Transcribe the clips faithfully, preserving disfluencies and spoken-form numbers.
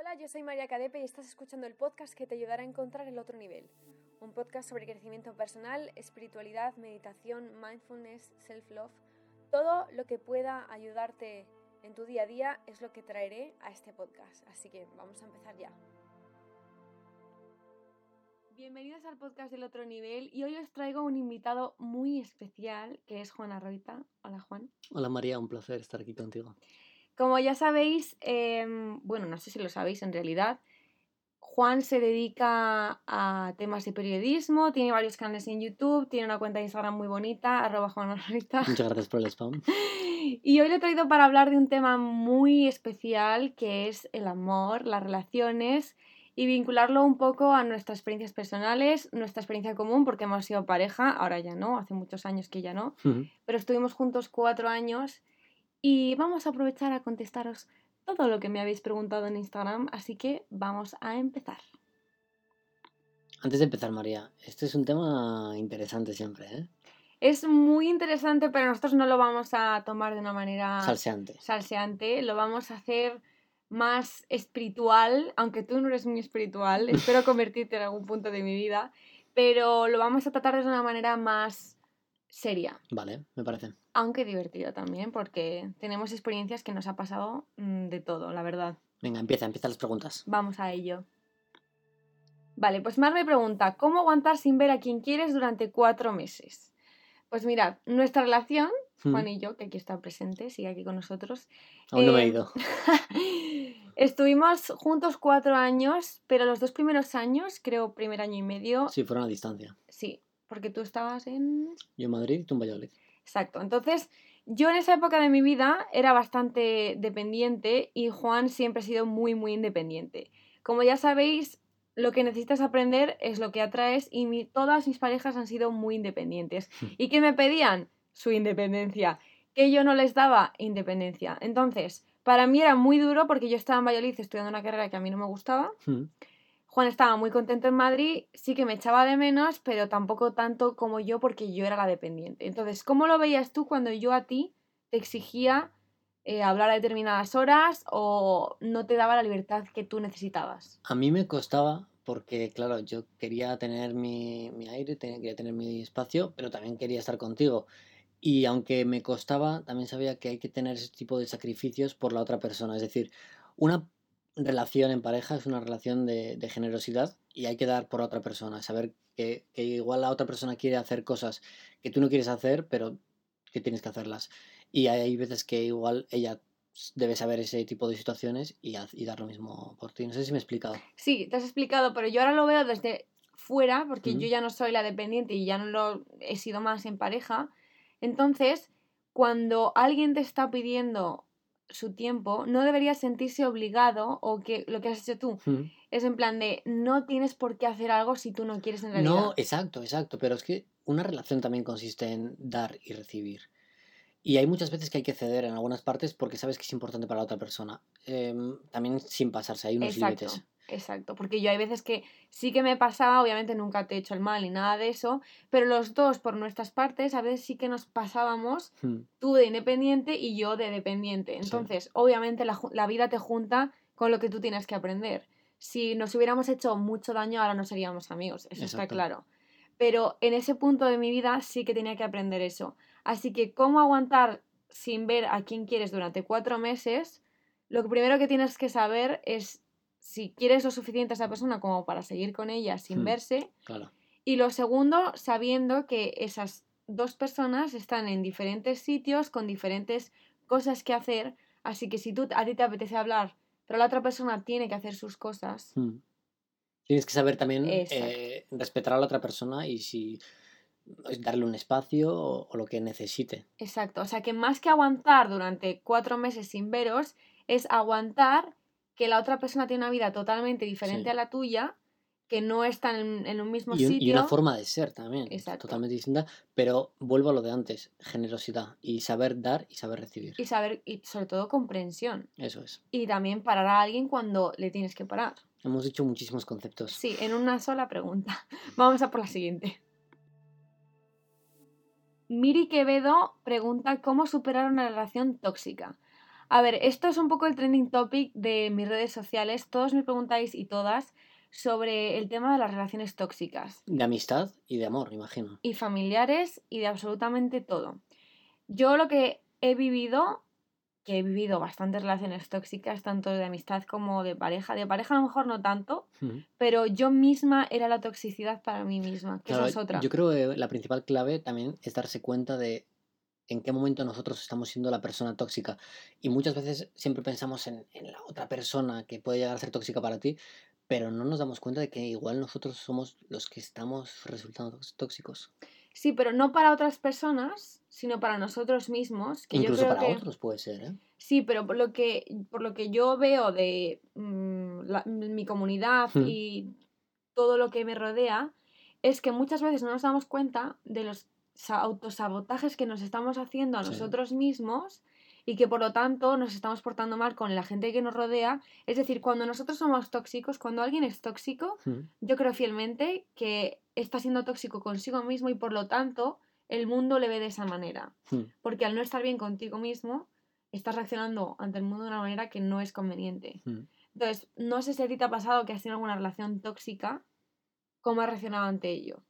Hola, yo soy María Cadepe y estás escuchando el podcast que te ayudará a encontrar el otro nivel. Un podcast sobre crecimiento personal, espiritualidad, meditación, mindfulness, self-love. Todo lo que pueda ayudarte en tu día a día es lo que traeré a este podcast. Así que vamos a empezar ya. Bienvenidos al podcast del otro nivel y hoy os traigo un invitado muy especial que es Juan Arroita. Hola, Juan. Hola María, un placer estar aquí contigo. Como ya sabéis, eh, bueno, no sé si lo sabéis en realidad, Juan se dedica a temas de periodismo, tiene varios canales en YouTube, tiene una cuenta de Instagram muy bonita, arroba Juan Arroita. Muchas gracias por el spam. Y hoy le he traído para hablar de un tema muy especial que es el amor, las relaciones y vincularlo un poco a nuestras experiencias personales, nuestra experiencia común, porque hemos sido pareja, ahora ya no, hace muchos años que ya no, Uh-huh. pero estuvimos juntos cuatro años y vamos a aprovechar a contestaros todo lo que me habéis preguntado en Instagram, así que vamos a empezar. Antes de empezar, María, este es un tema interesante siempre, ¿eh? Es muy interesante, pero nosotros no lo vamos a tomar de una manera Salseante. salseante, lo vamos a hacer más espiritual, aunque tú no eres muy espiritual, espero convertirte en algún punto de mi vida, pero lo vamos a tratar de una manera más seria. Vale, me parece. Aunque divertida también, porque tenemos experiencias que nos ha pasado mmm, de todo, la verdad. Venga, empieza, empieza las preguntas. Vamos a ello. Vale, pues Mar me pregunta, ¿cómo aguantar sin ver a quien quieres durante cuatro meses? Pues mirad, nuestra relación, Juan y yo, que aquí está presente, sigue aquí con nosotros. Aún no me he eh, ido. Estuvimos juntos cuatro años, pero los dos primeros años, creo primer año y medio, Sí, fueron a distancia. sí, porque tú estabas en... Yo en Madrid y tú en Valladolid. Exacto, entonces yo en esa época de mi vida era bastante dependiente y Juan siempre ha sido muy, muy independiente. Como ya sabéis, lo que necesitas aprender es lo que atraes y mi, todas mis parejas han sido muy independientes. ¿Y qué me pedían? Su independencia. Que yo no les daba independencia. Entonces, para mí era muy duro porque yo estaba en Valladolid estudiando una carrera que a mí no me gustaba. Uh-huh. Juan estaba muy contento en Madrid, sí que me echaba de menos, pero tampoco tanto como yo porque yo era la dependiente. Entonces, ¿cómo lo veías tú cuando yo a ti te exigía eh, hablar a determinadas horas o no te daba la libertad que tú necesitabas? A mí me costaba porque, claro, yo quería tener mi, mi aire, tenía- quería tener mi espacio, pero también quería estar contigo. Y aunque me costaba, también sabía que hay que tener ese tipo de sacrificios por la otra persona. Es decir, una relación en pareja es una relación de, de generosidad y hay que dar por la otra persona. Saber que, que igual la otra persona quiere hacer cosas que tú no quieres hacer, pero que tienes que hacerlas. Y hay veces que igual ella debe saber ese tipo de situaciones y, haz- y dar lo mismo por ti. No sé si me he explicado. Sí, te has explicado, pero yo ahora lo veo desde fuera porque yo Ujú. ya no soy la dependiente y ya no lo he sido más en pareja. Entonces, cuando alguien te está pidiendo su tiempo, no deberías sentirse obligado o que lo que has hecho tú Ujú. es en plan de no tienes por qué hacer algo si tú no quieres en No, realidad. exacto, exacto. Pero es que una relación también consiste en dar y recibir. Y hay muchas veces que hay que ceder en algunas partes porque sabes que es importante para la otra persona. Em, también sin pasarse, hay unos Exacto, límites. exacto. Porque yo hay veces que sí que me pasaba, obviamente nunca te he hecho el mal ni nada de eso, pero los dos por nuestras partes a veces sí que nos pasábamos, Mm, tú de independiente y yo de dependiente. sí, Entonces, obviamente la, ju- la vida te junta con lo que tú tienes que aprender. Si nos hubiéramos hecho mucho daño, ahora no seríamos amigos, eso está exacto. claro. Pero en ese punto de mi vida sí que tenía que aprender eso. Así que, ¿cómo aguantar sin ver a quién quieres durante cuatro meses? Lo primero que tienes que saber es si quieres lo suficiente a esa persona como para seguir con ella sin Mm, verse. claro. Y lo segundo, sabiendo que esas dos personas están en diferentes sitios, con diferentes cosas que hacer. Así que si tú a ti te apetece hablar, pero la otra persona tiene que hacer sus cosas. Mm. Tienes que saber también Exacto. eh, respetar a la otra persona y si darle un espacio o, o lo que necesite. Exacto. O sea que más que aguantar durante cuatro meses sin veros, es aguantar que la otra persona tiene una vida totalmente diferente Sí. a la tuya, que no están en, en un mismo Y, un- y una sitio. forma de ser también, Exacto. totalmente distinta, pero vuelvo a lo de antes, generosidad y saber dar y saber recibir. Y saber, y sobre todo comprensión. Eso es. Y también parar a alguien cuando le tienes que parar. Hemos dicho muchísimos conceptos. Sí, en una sola pregunta. Vamos a por la siguiente. Miri Quevedo pregunta cómo superar una relación tóxica. A ver, esto es un poco el trending topic de mis redes sociales. Todos me preguntáis y todas sobre el tema de las relaciones tóxicas. De amistad y de amor, imagino. Y familiares y de absolutamente todo. Yo lo que he vivido, que he vivido bastantes relaciones tóxicas, tanto de amistad como de pareja. De pareja a lo mejor no tanto, Uh-huh. pero yo misma era la toxicidad para mí misma, que Claro, esa es otra. yo creo que la principal clave también es darse cuenta de en qué momento nosotros estamos siendo la persona tóxica. Y muchas veces siempre pensamos en, en la otra persona que puede llegar a ser tóxica para ti, pero no nos damos cuenta de que igual nosotros somos los que estamos resultando tóx- tóxicos. Sí, pero no para otras personas, sino para nosotros mismos, que yo Incluso creo para que... otros puede ser, ¿eh? Sí, pero por lo que, por lo que yo veo de mm, la- mi comunidad Hmm. y todo lo que me rodea, es que muchas veces no nos damos cuenta de los sa- autosabotajes que nos estamos haciendo a Sí. nosotros mismos y que por lo tanto nos estamos portando mal con la gente que nos rodea. Es decir, cuando nosotros somos tóxicos, cuando alguien es tóxico, Hmm. yo creo fielmente que está siendo tóxico consigo mismo y por lo tanto el mundo le ve de esa manera. Hmm. Porque al no estar bien contigo mismo, estás reaccionando ante el mundo de una manera que no es conveniente. Hmm. Entonces, no sé si a ti te ha pasado que has tenido alguna relación tóxica, ¿cómo has reaccionado ante ello?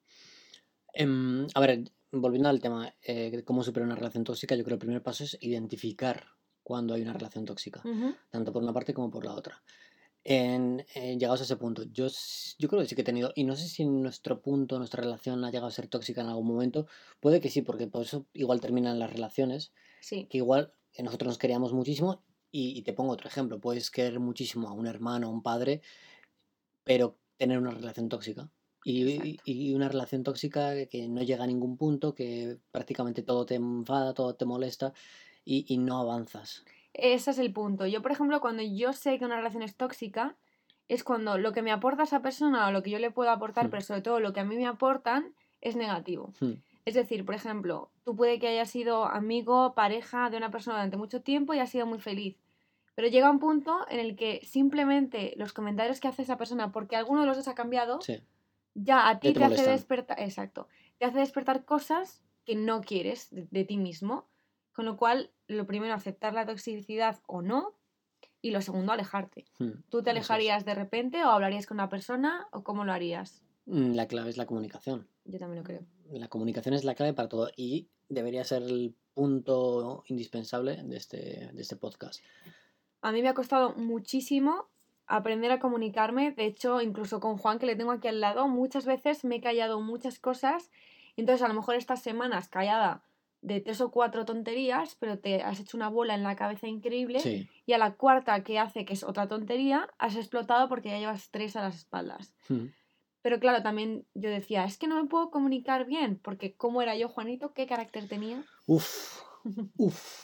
Em, a ver, volviendo al tema, eh, de cómo superar una relación tóxica, yo creo que el primer paso es identificar cuando hay una relación tóxica, Ujú. tanto por una parte como por la otra. En, en llegados a ese punto, yo, s- yo creo que sí que he tenido, y no sé si nuestro punto, nuestra relación ha llegado a ser tóxica en algún momento, puede que sí, porque por eso igual terminan las relaciones, Sí, que igual eh, nosotros nos queríamos muchísimo, y, y te pongo otro ejemplo, puedes querer muchísimo a un hermano, a un padre, pero tener una relación tóxica. Y, exacto. y una relación tóxica que no llega a ningún punto, que prácticamente todo te enfada, todo te molesta y, y no avanzas. Ese es el punto. Yo, por ejemplo, cuando yo sé que una relación es tóxica, es cuando lo que me aporta esa persona o lo que yo le puedo aportar, Hmm. pero sobre todo lo que a mí me aportan, es negativo. Hmm. Es decir, por ejemplo, tú puede que hayas sido amigo, pareja de una persona durante mucho tiempo y has sido muy feliz. Pero llega un punto en el que simplemente los comentarios que hace esa persona, porque alguno de los dos ha cambiado, Sí, ya a ya ti te te hace molestan. despertar, exacto, te hace despertar cosas que no quieres de, de ti mismo. Con lo cual, lo primero, aceptar la toxicidad o no, y lo segundo, alejarte. Hmm. ¿Tú te Eso es. alejarías de repente o hablarías con una persona o cómo lo harías? Mm, La clave es la comunicación. Yo también lo creo. La comunicación es la clave para todo y debería ser el punto indispensable de este, de este podcast. A mí me ha costado muchísimo aprender a comunicarme. De hecho, incluso con Juan, que le tengo aquí al lado, muchas veces me he callado muchas cosas. Entonces, a lo mejor estas semanas callada de tres o cuatro tonterías, pero te has hecho una bola en la cabeza increíble. Sí. Y a la cuarta que hace, que es otra tontería, has explotado porque ya llevas tres a las espaldas. Hmm. Pero claro, también yo decía, es que no me puedo comunicar bien, porque ¿cómo era yo, Juanito? ¿Qué carácter tenía? Uf, uf.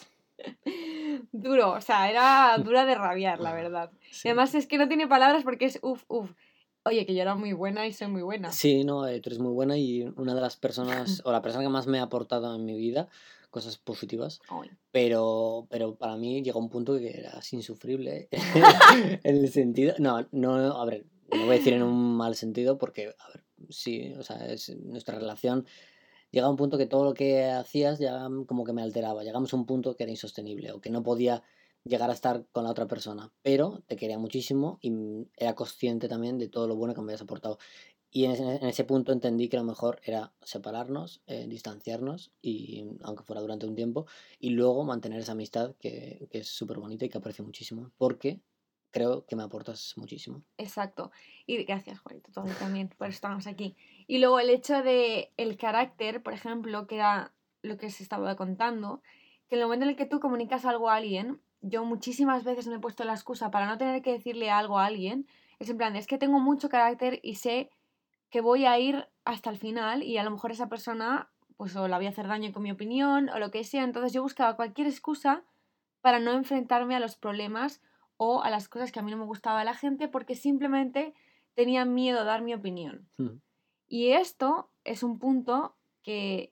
Duro, o sea, era dura de rabiar, la verdad. Y Sí. además es que no tiene palabras porque es uff, uff. Oye, que yo era muy buena y soy muy buena. Sí, no, eh, tú eres muy buena y una de las personas, o la persona que más me ha aportado en mi vida, cosas positivas, Ay. pero, pero para mí llegó un punto que era insufrible. En el sentido, no, no, a ver, no voy a decir en un mal sentido porque, a ver, sí, o sea, es nuestra relación. Llega un punto que todo lo que hacías ya como que me alteraba. Llegamos a un punto que era insostenible o que no podía llegar a estar con la otra persona, pero te quería muchísimo y mm, era consciente también de todo lo bueno que me habías aportado. Y en ese, en ese punto entendí que lo mejor era separarnos, eh, distanciarnos, y aunque fuera durante un tiempo, y luego mantener esa amistad que, que es súper bonita y que aprecio muchísimo, porque creo que me aportas muchísimo. Exacto. Y gracias, Juanito, tú a mí también, por eso estamos aquí. Y luego el hecho de el carácter, por ejemplo, que era lo que se estaba contando, que en el momento en el que tú comunicas algo a alguien, yo muchísimas veces me he puesto la excusa para no tener que decirle algo a alguien, es en plan, es que tengo mucho carácter y sé que voy a ir hasta el final y a lo mejor esa persona, pues o la voy a hacer daño con mi opinión o lo que sea, entonces yo buscaba cualquier excusa para no enfrentarme a los problemas o a las cosas que a mí no me gustaba de la gente porque simplemente tenía miedo a dar mi opinión. Mm. Y esto es un punto que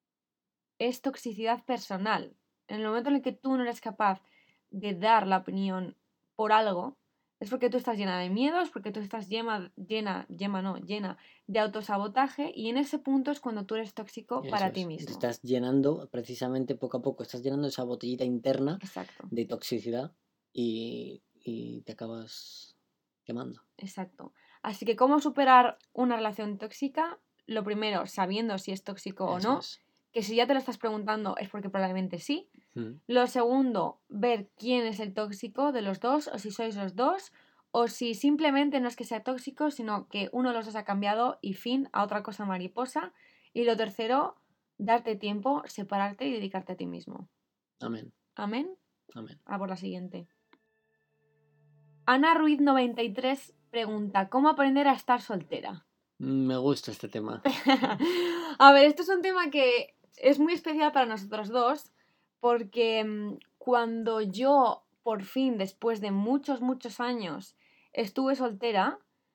es toxicidad personal. En el momento en el que tú no eres capaz de dar la opinión por algo, Es porque tú estás llena de miedos, porque tú estás llena, llena, llena, no, llena de autosabotaje y en ese punto es cuando tú eres tóxico Eso para ti es. Te mismo. estás llenando, precisamente poco a poco, estás llenando esa botellita interna Exacto, de toxicidad y, y te acabas quemando. exacto. Así que, ¿cómo superar una relación tóxica? Lo primero, sabiendo si es tóxico o Eso no, es. que si ya te lo estás preguntando es porque probablemente sí. Mm. Lo segundo, ver quién es el tóxico de los dos, o si sois los dos, o si simplemente no es que sea tóxico, sino que uno de los dos ha cambiado y fin a otra cosa mariposa. Y lo tercero, darte tiempo, separarte y dedicarte a ti mismo. Amén. Amén. Amén. A por la siguiente. Ana Ruiz noventa y tres pregunta, ¿cómo aprender a estar soltera? Me gusta este tema. A ver, esto es un tema que es muy especial para nosotros dos, porque mm, cuando yo, por fin, después de muchos, muchos años, estuve soltera,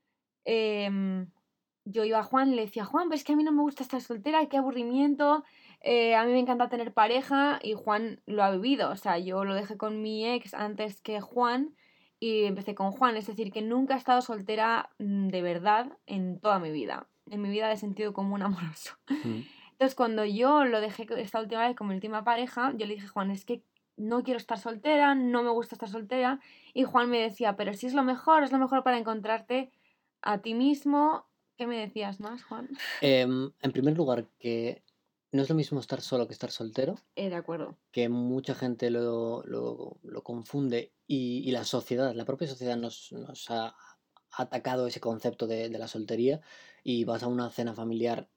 em, yo iba a Juan y le decía, Juan, pero es que a mí no me gusta estar soltera, qué aburrimiento, eh, a mí me encanta tener pareja, y Juan lo ha vivido, o sea, yo lo dejé con mi ex antes que Juan y empecé con Juan, es decir, que nunca he estado soltera mm, de verdad en toda mi vida, en mi vida de sentido común amoroso. Mm. Entonces, cuando yo lo dejé esta última vez con mi última pareja, yo le dije, Juan, es que no quiero estar soltera, no me gusta estar soltera, y Juan me decía, pero si es lo mejor, es lo mejor para encontrarte a ti mismo. ¿Qué me decías más, Juan? Em, en primer lugar, que no es lo mismo estar solo que estar soltero, Eh, de acuerdo. que mucha gente lo, lo- lo confunde y, y la sociedad, la propia sociedad nos, nos ha atacado ese concepto de, de la soltería y vas a una cena familiar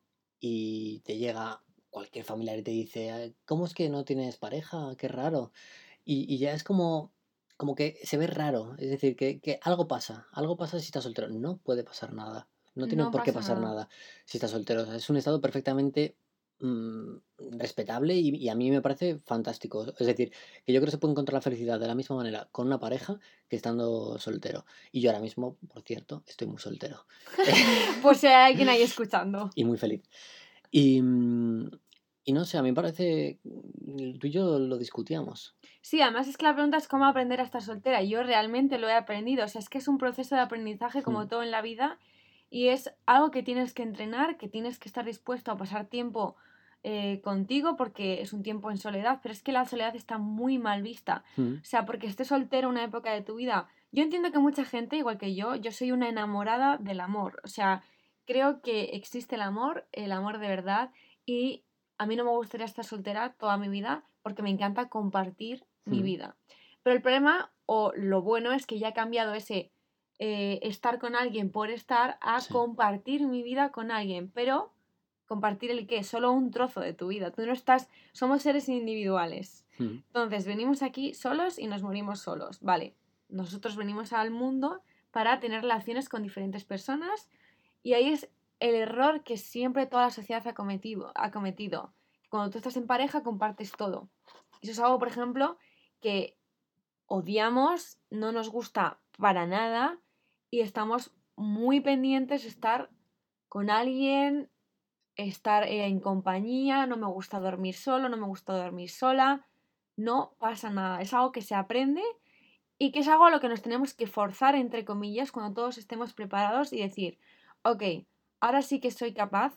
y te llega cualquier familiar y te dice, ¿cómo es que no tienes pareja? Qué raro. Y, y ya es como, como que se ve raro, es decir, que, que algo pasa, algo pasa si estás soltero. No puede pasar nada, no tiene No por qué pasa pasar nada. nada si estás soltero. O sea, es un estado perfectamente mm, respetable y, y a mí me parece fantástico. Es decir, que yo creo que se puede encontrar la felicidad de la misma manera con una pareja que estando soltero. Y yo ahora mismo, por cierto, estoy muy soltero. Por si hay alguien ahí escuchando. Y muy feliz. Y, mm, y no sé, a mí me parece, tú y yo lo discutíamos. Sí, además es que la pregunta es cómo aprender a estar soltera. Yo realmente lo he aprendido. O sea, es que es un proceso de aprendizaje como Mm, todo en la vida y es algo que tienes que entrenar, que tienes que estar dispuesto a pasar tiempo eh, contigo porque es un tiempo en soledad, pero es que la soledad está muy mal vista. mm, O sea, porque estés soltero una época de tu vida. Yo entiendo que mucha gente, igual que yo, yo soy una enamorada del amor. O sea, creo que existe el amor, el amor de verdad y a mí no me gustaría estar soltera toda mi vida porque me encanta compartir mi mm, vida. Pero el problema o lo bueno es que ya he cambiado ese eh, estar con alguien por estar a sí. compartir mi vida con alguien. Pero compartir el qué, solo un trozo de tu vida. Tú no estás, somos seres individuales. Mm, Entonces venimos aquí solos y nos morimos solos. Vale, nosotros venimos al mundo para tener relaciones con diferentes personas y ahí es el error que siempre toda la sociedad ha cometido. Ha cometido. Cuando tú estás en pareja compartes todo. Eso es algo, por ejemplo, que odiamos, no nos gusta para nada y estamos muy pendientes de estar con alguien, estar en compañía, no me gusta dormir solo, no me gusta dormir sola, no pasa nada, es algo que se aprende y que es algo a lo que nos tenemos que forzar, entre comillas, cuando todos estemos preparados y decir, ok, ahora sí que soy capaz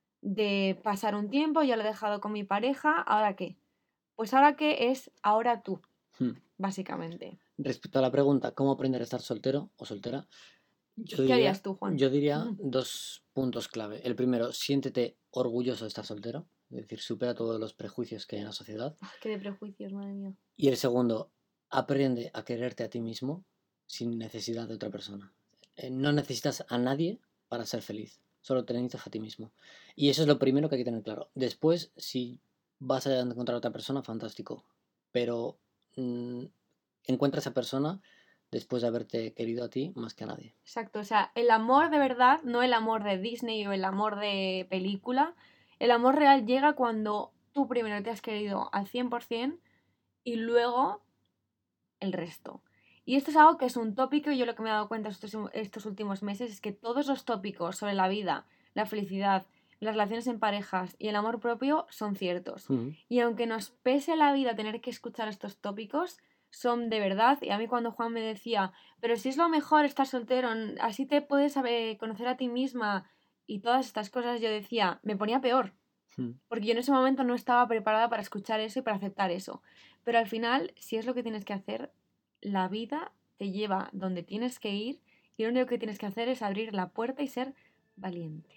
de pasar un tiempo, ya lo he dejado con mi pareja, ¿ahora qué? Pues ahora qué es ahora tú, mm. básicamente. Respecto a la pregunta, ¿cómo aprender a estar soltero o soltera? Yo ¿Qué diría, harías tú, Juan? yo diría dos puntos clave. El primero, siéntete orgulloso de estar soltero, es decir, supera todos los prejuicios que hay en la sociedad. Ay, qué de prejuicios, madre mía. Y el segundo, aprende a quererte a ti mismo sin necesidad de otra persona. Eh, no necesitas a nadie para ser feliz, solo te necesitas a ti mismo. Y eso es lo primero que hay que tener claro. Después, si vas a encontrar a otra persona, fantástico. Pero mm, encuentra a esa persona después de haberte querido a ti más que a nadie. Exacto, o sea, el amor de verdad, no el amor de Disney o el amor de película, el amor real llega cuando tú primero te has querido al cien por ciento y luego el resto. Y esto es algo que es un tópico y yo lo que me he dado cuenta estos, estos últimos meses es que todos los tópicos sobre la vida, la felicidad, las relaciones en parejas y el amor propio son ciertos. Ujú. Y aunque nos pese la vida tener que escuchar estos tópicos, son de verdad. Y a mí cuando Juan me decía, pero si es lo mejor estar soltero, así te puedes saber, conocer a ti misma y todas estas cosas, yo decía, me ponía peor. Mm. Porque yo en ese momento no estaba preparada para escuchar eso y para aceptar eso. Pero al final, si es lo que tienes que hacer, la vida te lleva donde tienes que ir y lo único que tienes que hacer es abrir la puerta y ser valiente.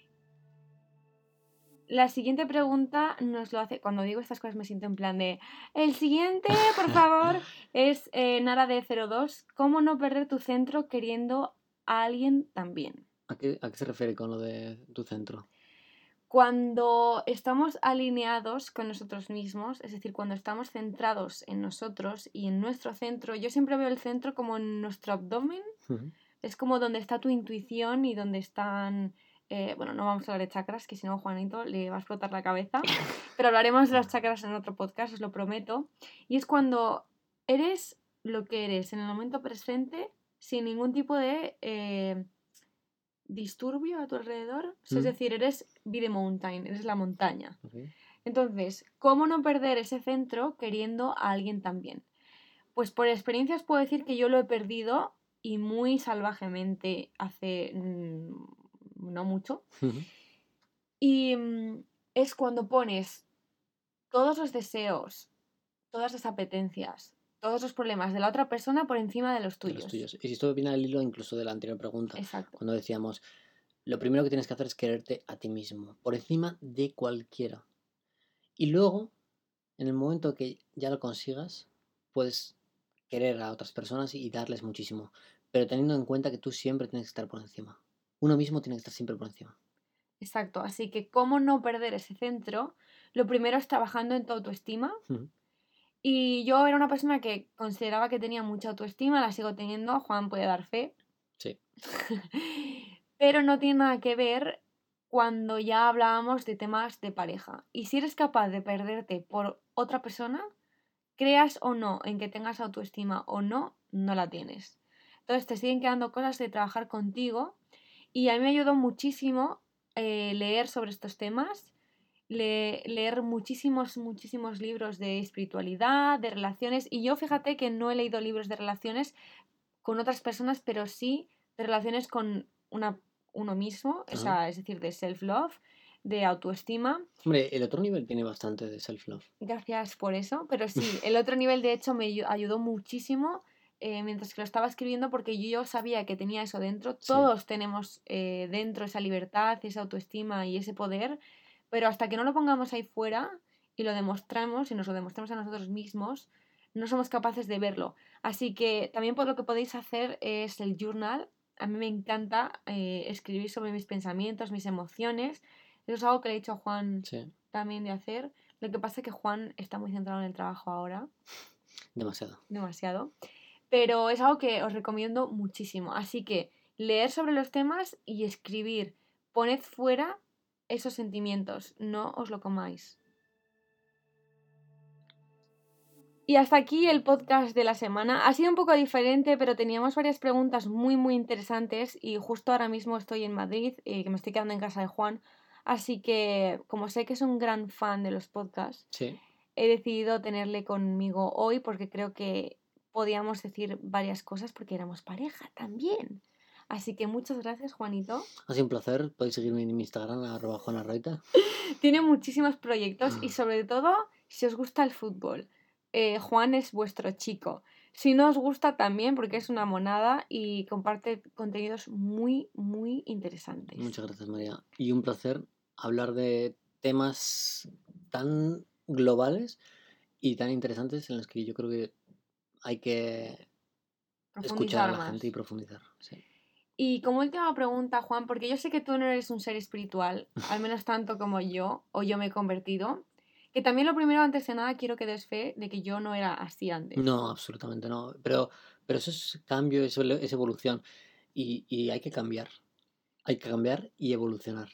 La siguiente pregunta nos lo hace, cuando digo estas cosas me siento en plan de, el siguiente, por favor, es eh, Nara de cero dos, ¿cómo no perder tu centro queriendo a alguien también? ¿A qué, ¿A qué se refiere con lo de tu centro? Cuando estamos alineados con nosotros mismos, es decir, cuando estamos centrados en nosotros y en nuestro centro, yo siempre veo el centro como en nuestro abdomen, Uh-huh. es como donde está tu intuición y donde están, eh, bueno, no vamos a hablar de chakras, que si no Juanito le va a explotar la cabeza, pero hablaremos de los chakras en otro podcast, os lo prometo, y es cuando eres lo que eres en el momento presente sin ningún tipo de... Eh, disturbio a tu alrededor. Mm. Es decir, eres be the mountain, eres la montaña. Okay. Entonces, ¿cómo no perder ese centro queriendo a alguien también? Pues por experiencias puedo decir que yo lo he perdido y muy salvajemente hace mmm, no mucho. Uh-huh. Y mmm, es cuando pones todos los deseos, todas las apetencias, todos los problemas de la otra persona por encima de los tuyos. De los tuyos. Y si esto viene al hilo incluso de la anterior pregunta. Exacto. Cuando decíamos, lo primero que tienes que hacer es quererte a ti mismo, por encima de cualquiera. Y luego, en el momento que ya lo consigas, puedes querer a otras personas y darles muchísimo. Pero teniendo en cuenta que tú siempre tienes que estar por encima. Uno mismo tiene que estar siempre por encima. Exacto. Así que, ¿cómo no perder ese centro? Lo primero es trabajando en tu autoestima. Uh-huh. Y yo era una persona que consideraba que tenía mucha autoestima, la sigo teniendo, Juan puede dar fe. Sí. Pero no tiene nada que ver cuando ya hablábamos de temas de pareja. Y si eres capaz de perderte por otra persona, creas o no en que tengas autoestima o no, no la tienes. Entonces te siguen quedando cosas de trabajar contigo y a mí me ayudó muchísimo eh, leer sobre estos temas. Le, leer muchísimos, muchísimos libros de espiritualidad, de relaciones, y yo fíjate que no he leído libros de relaciones con otras personas, pero sí de relaciones con una, uno mismo, o sea, es decir, de self-love, de autoestima. Hombre, el otro nivel tiene bastante de self-love. Gracias por eso, pero sí, el otro nivel de hecho me ayudó muchísimo eh, mientras que lo estaba escribiendo porque yo sabía que tenía eso dentro, Sí. Todos tenemos eh, dentro esa libertad, esa autoestima y ese poder, pero hasta que no lo pongamos ahí fuera y lo demostramos y nos lo demostramos a nosotros mismos, no somos capaces de verlo. Así que también por lo que podéis hacer es el journal. A mí me encanta eh, escribir sobre mis pensamientos, mis emociones. Eso es algo que le he dicho a Juan Sí. también de hacer. Lo que pasa es que Juan está muy centrado en el trabajo ahora. Demasiado. Demasiado. Pero es algo que os recomiendo muchísimo. Así que leer sobre los temas y escribir. Poned fuera esos sentimientos. No os lo comáis. Y hasta aquí el podcast de la semana. Ha sido un poco diferente, pero teníamos varias preguntas muy, muy interesantes. Y justo ahora mismo estoy en Madrid, eh, que me estoy quedando en casa de Juan. Así que, como sé que es un gran fan de los podcasts, sí. he decidido tenerle conmigo hoy porque creo que podíamos decir varias cosas porque éramos pareja también. Así que muchas gracias, Juanito. Ha sido un placer. Podéis seguirme en mi Instagram, arroba juanarroita. Tiene muchísimos proyectos y sobre todo, si os gusta el fútbol, eh, Juan es vuestro chico. Si no os gusta también, porque es una monada y comparte contenidos muy, muy interesantes. Muchas gracias, María. Y un placer hablar de temas tan globales y tan interesantes en los que yo creo que hay que escuchar a la más. gente y profundizar. Sí. Y como última pregunta, Juan, porque yo sé que tú no eres un ser espiritual, al menos tanto como yo, o yo me he convertido, que también lo primero, antes de nada, quiero que des fe de que yo no era así antes. No, absolutamente no. Pero, pero eso es cambio, eso es evolución. Y, y hay que cambiar. Hay que cambiar y evolucionar.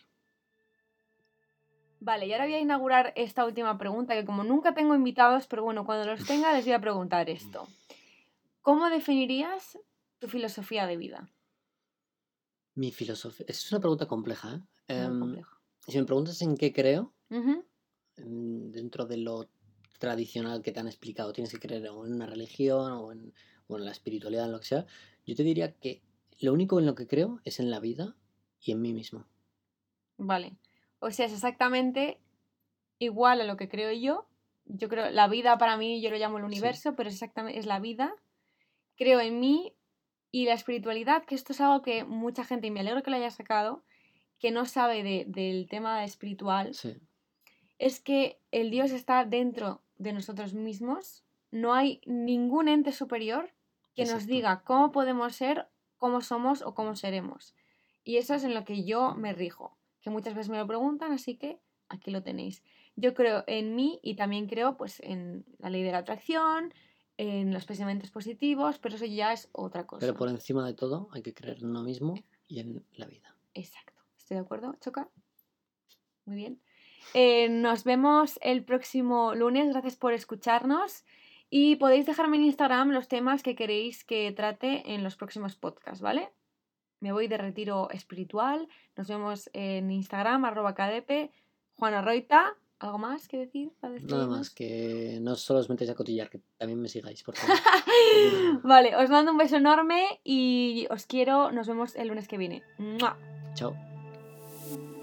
Vale, y ahora voy a inaugurar esta última pregunta, que como nunca tengo invitados, pero bueno, cuando los tenga les voy a preguntar esto. ¿Cómo definirías tu filosofía de vida? Mi filosofía... Es una pregunta compleja, ¿eh? Muy um, compleja. Si me preguntas en qué creo, Uh-huh. dentro de lo tradicional que te han explicado, tienes que creer o en una religión o en, o en la espiritualidad, en lo que sea, yo te diría que lo único en lo que creo es en la vida y en mí mismo. Vale. O sea, es exactamente igual a lo que creo yo. Yo creo, la vida para mí, yo lo llamo el Sí, universo, pero es exactamente, es la vida. Creo en mí y la espiritualidad, que esto es algo que mucha gente, y me alegro que lo haya sacado, que no sabe de- del tema espiritual, sí, es que el Dios está dentro de nosotros mismos. No hay ningún ente superior que nos exacto. diga cómo podemos ser, cómo somos o cómo seremos. Y eso es en lo que yo me rijo, que muchas veces me lo preguntan, así que aquí lo tenéis. Yo creo en mí y también creo pues en la ley de la atracción, en los pensamientos positivos, pero eso ya es otra Pero cosa. por encima de todo hay que creer en uno mismo y en la vida. Exacto. ¿Estoy de acuerdo, Choca? Muy bien. Eh, nos vemos el próximo lunes. Gracias por escucharnos. Y podéis dejarme en Instagram los temas que queréis que trate en los próximos podcasts, ¿vale? Me voy de retiro espiritual. Nos vemos en Instagram, arroba kdp. Juana Roita. ¿Algo más que decir para Nada más, despedirnos? que no solo os metáis a cotillar, que también me sigáis, por favor. Vale, os mando un beso enorme y os quiero. Nos vemos el lunes que viene. ¡Mua! Chao.